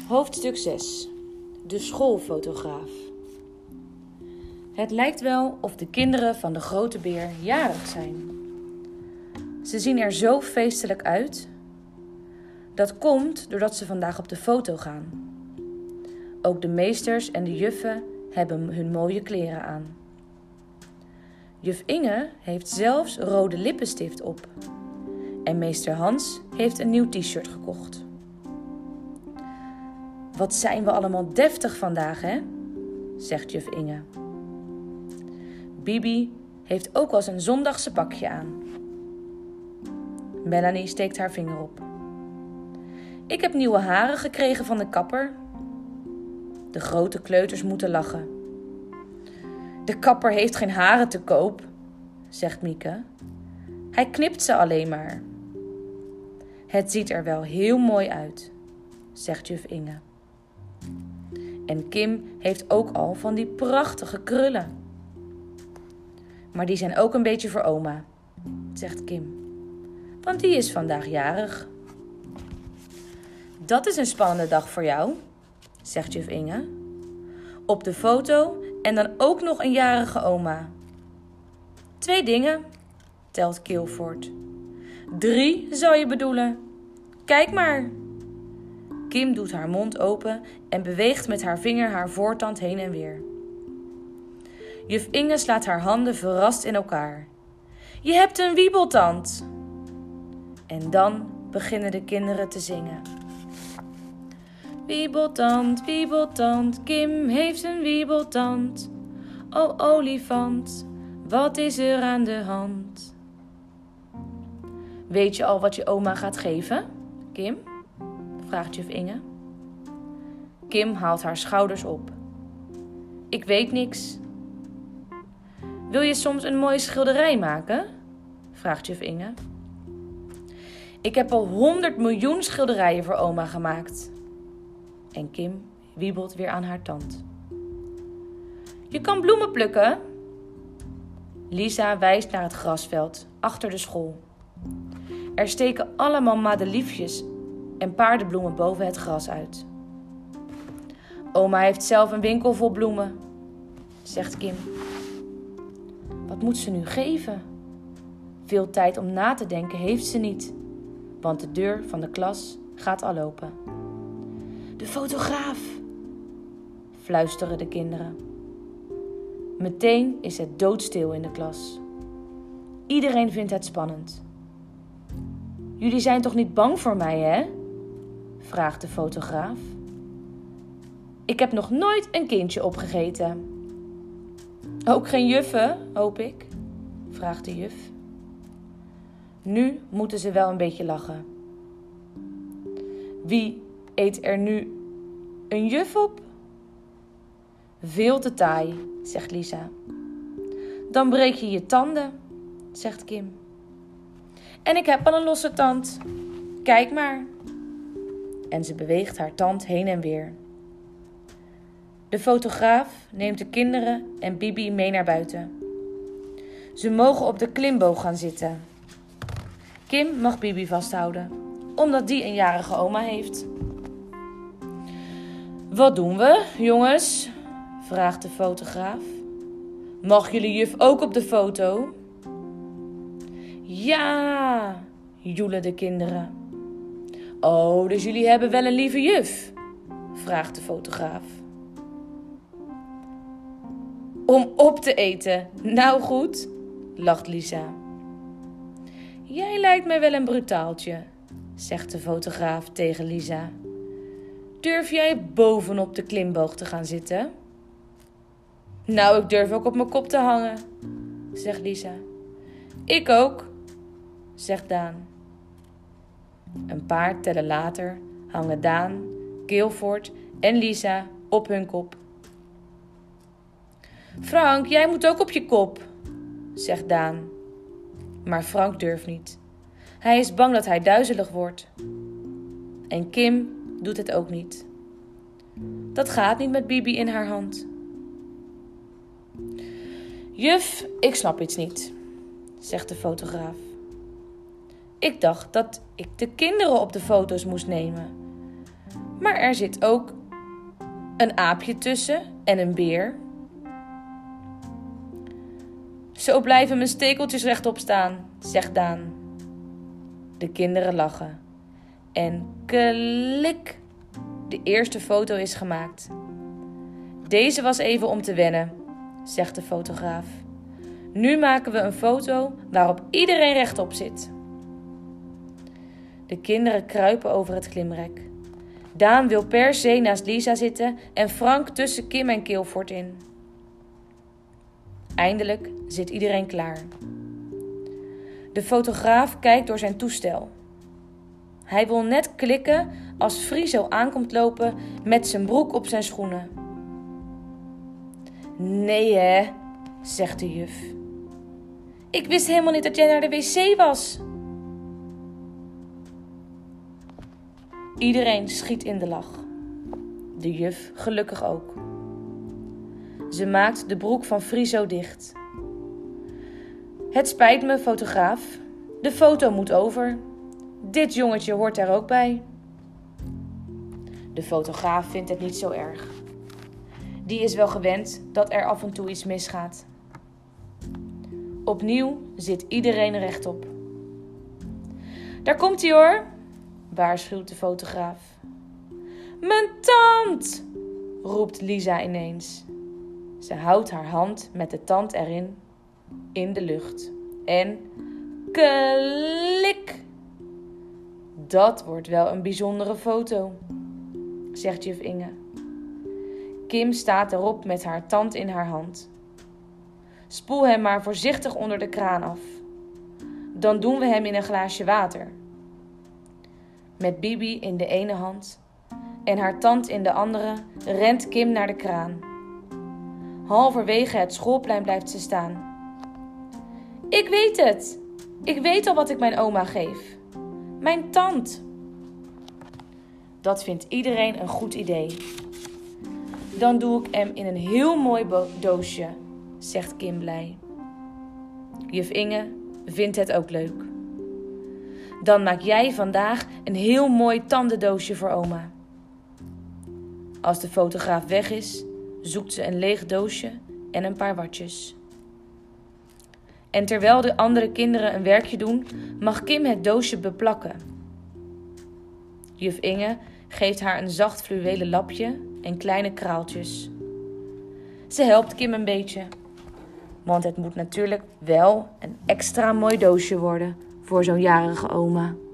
Hoofdstuk 6. De schoolfotograaf. Het lijkt wel of de kinderen van de grote beer jarig zijn. Ze zien er zo feestelijk uit. Dat komt doordat ze vandaag op de foto gaan. Ook de meesters en de juffen hebben hun mooie kleren aan. Juf Inge heeft zelfs rode lippenstift op. En meester Hans heeft een nieuw t-shirt gekocht. Wat zijn we allemaal deftig vandaag, hè? Zegt juf Inge. Bibi heeft ook al zijn zondagse pakje aan. Melanie steekt haar vinger op. Ik heb nieuwe haren gekregen van de kapper. De grote kleuters moeten lachen. De kapper heeft geen haren te koop, zegt Mieke. Hij knipt ze alleen maar. Het ziet er wel heel mooi uit, zegt juf Inge. En Kim heeft ook al van die prachtige krullen. Maar die zijn ook een beetje voor oma, zegt Kim. Want die is vandaag jarig. Dat is een spannende dag voor jou, zegt juf Inge. Op de foto en dan ook nog een jarige oma. 2 dingen, telt Kilford. 3 zou je bedoelen. Kijk maar. Kim doet haar mond open en beweegt met haar vinger haar voortand heen en weer. Juf Inge slaat haar handen verrast in elkaar. Je hebt een wiebeltand. En dan beginnen de kinderen te zingen. Wiebeltand, wiebeltand, Kim heeft een wiebeltand. O olifant, wat is er aan de hand? Weet je al wat je oma gaat geven, Kim? Vraagt juf Inge. Kim haalt haar schouders op. Ik weet niks. Wil je soms een mooie schilderij maken? Vraagt juf Inge. Ik heb al 100 miljoen schilderijen voor oma gemaakt. En Kim wiebelt weer aan haar tand. Je kan bloemen plukken. Lisa wijst naar het grasveld achter de school. Er steken allemaal madeliefjes en paardenbloemen boven het gras uit. Oma heeft zelf een winkel vol bloemen, zegt Kim. Wat moet ze nu geven? Veel tijd om na te denken heeft ze niet, want de deur van de klas gaat al open. De fotograaf, fluisteren de kinderen. Meteen is het doodstil in de klas. Iedereen vindt het spannend. Jullie zijn toch niet bang voor mij, hè? Vraagt de fotograaf. Ik heb nog nooit een kindje opgegeten. Ook geen juffen, hoop ik? Vraagt de juf. Nu moeten ze wel een beetje lachen. Wie eet er nu een juf op? Veel te taai, zegt Lisa. Dan breek je je tanden, zegt Kim. En ik heb al een losse tand. Kijk maar. En ze beweegt haar tand heen en weer. De fotograaf neemt de kinderen en Bibi mee naar buiten. Ze mogen op de klimboog gaan zitten. Kim mag Bibi vasthouden, omdat die een jarige oma heeft. Wat doen we, jongens? Vraagt de fotograaf. Mag jullie juf ook op de foto? Ja, joelen de kinderen. Oh, dus jullie hebben wel een lieve juf? Vraagt de fotograaf. Om op te eten. Nou goed, lacht Lisa. Jij lijkt mij wel een brutaaltje, zegt de fotograaf tegen Lisa. Durf jij bovenop de klimboog te gaan zitten? Nou, ik durf ook op mijn kop te hangen, zegt Lisa. Ik ook, zegt Daan. Een paar tellen later hangen Daan, Kilford en Lisa op hun kop. Frank, jij moet ook op je kop, zegt Daan. Maar Frank durft niet. Hij is bang dat hij duizelig wordt. En Kim doet het ook niet. Dat gaat niet met Bibi in haar hand. Juf, ik snap iets niet, zegt de fotograaf. Ik dacht dat ik de kinderen op de foto's moest nemen. Maar er zit ook een aapje tussen en een beer. Zo blijven mijn stekeltjes rechtop staan, zegt Daan. De kinderen lachen. En klik, de eerste foto is gemaakt. Deze was even om te wennen, zegt de fotograaf. Nu maken we een foto waarop iedereen rechtop zit. De kinderen kruipen over het klimrek. Daan wil per se naast Lisa zitten en Frank tussen Kim en Kilford in. Eindelijk zit iedereen klaar. De fotograaf kijkt door zijn toestel. Hij wil net klikken als Friso aankomt lopen met zijn broek op zijn schoenen. Nee hè, zegt de juf. Ik wist helemaal niet dat jij naar de wc was. Iedereen schiet in de lach. De juf gelukkig ook. Ze maakt de broek van Friso dicht. Het spijt me, fotograaf. De foto moet over. Dit jongetje hoort daar ook bij. De fotograaf vindt het niet zo erg. Die is wel gewend dat er af en toe iets misgaat. Opnieuw zit iedereen rechtop. Daar komt hij hoor, waarschuwt de fotograaf. Mijn tand, roept Lisa ineens. Ze houdt haar hand met de tand erin in de lucht. En klik! Dat wordt wel een bijzondere foto, zegt juf Inge. Kim staat erop met haar tand in haar hand. Spoel hem maar voorzichtig onder de kraan af. Dan doen we hem in een glaasje water. Met Bibi in de ene hand en haar tand in de andere rent Kim naar de kraan. Halverwege het schoolplein blijft ze staan. Ik weet het. Ik weet al wat ik mijn oma geef. Mijn tand. Dat vindt iedereen een goed idee. Dan doe ik hem in een heel mooi doosje, zegt Kim blij. Juf Inge vindt het ook leuk. Dan maak jij vandaag een heel mooi tandendoosje voor oma. Als de fotograaf weg is, zoekt ze een leeg doosje en een paar watjes. En terwijl de andere kinderen een werkje doen, mag Kim het doosje beplakken. Juf Inge geeft haar een zacht fluwelen lapje en kleine kraaltjes. Ze helpt Kim een beetje, want het moet natuurlijk wel een extra mooi doosje worden voor zo'n jarige oma.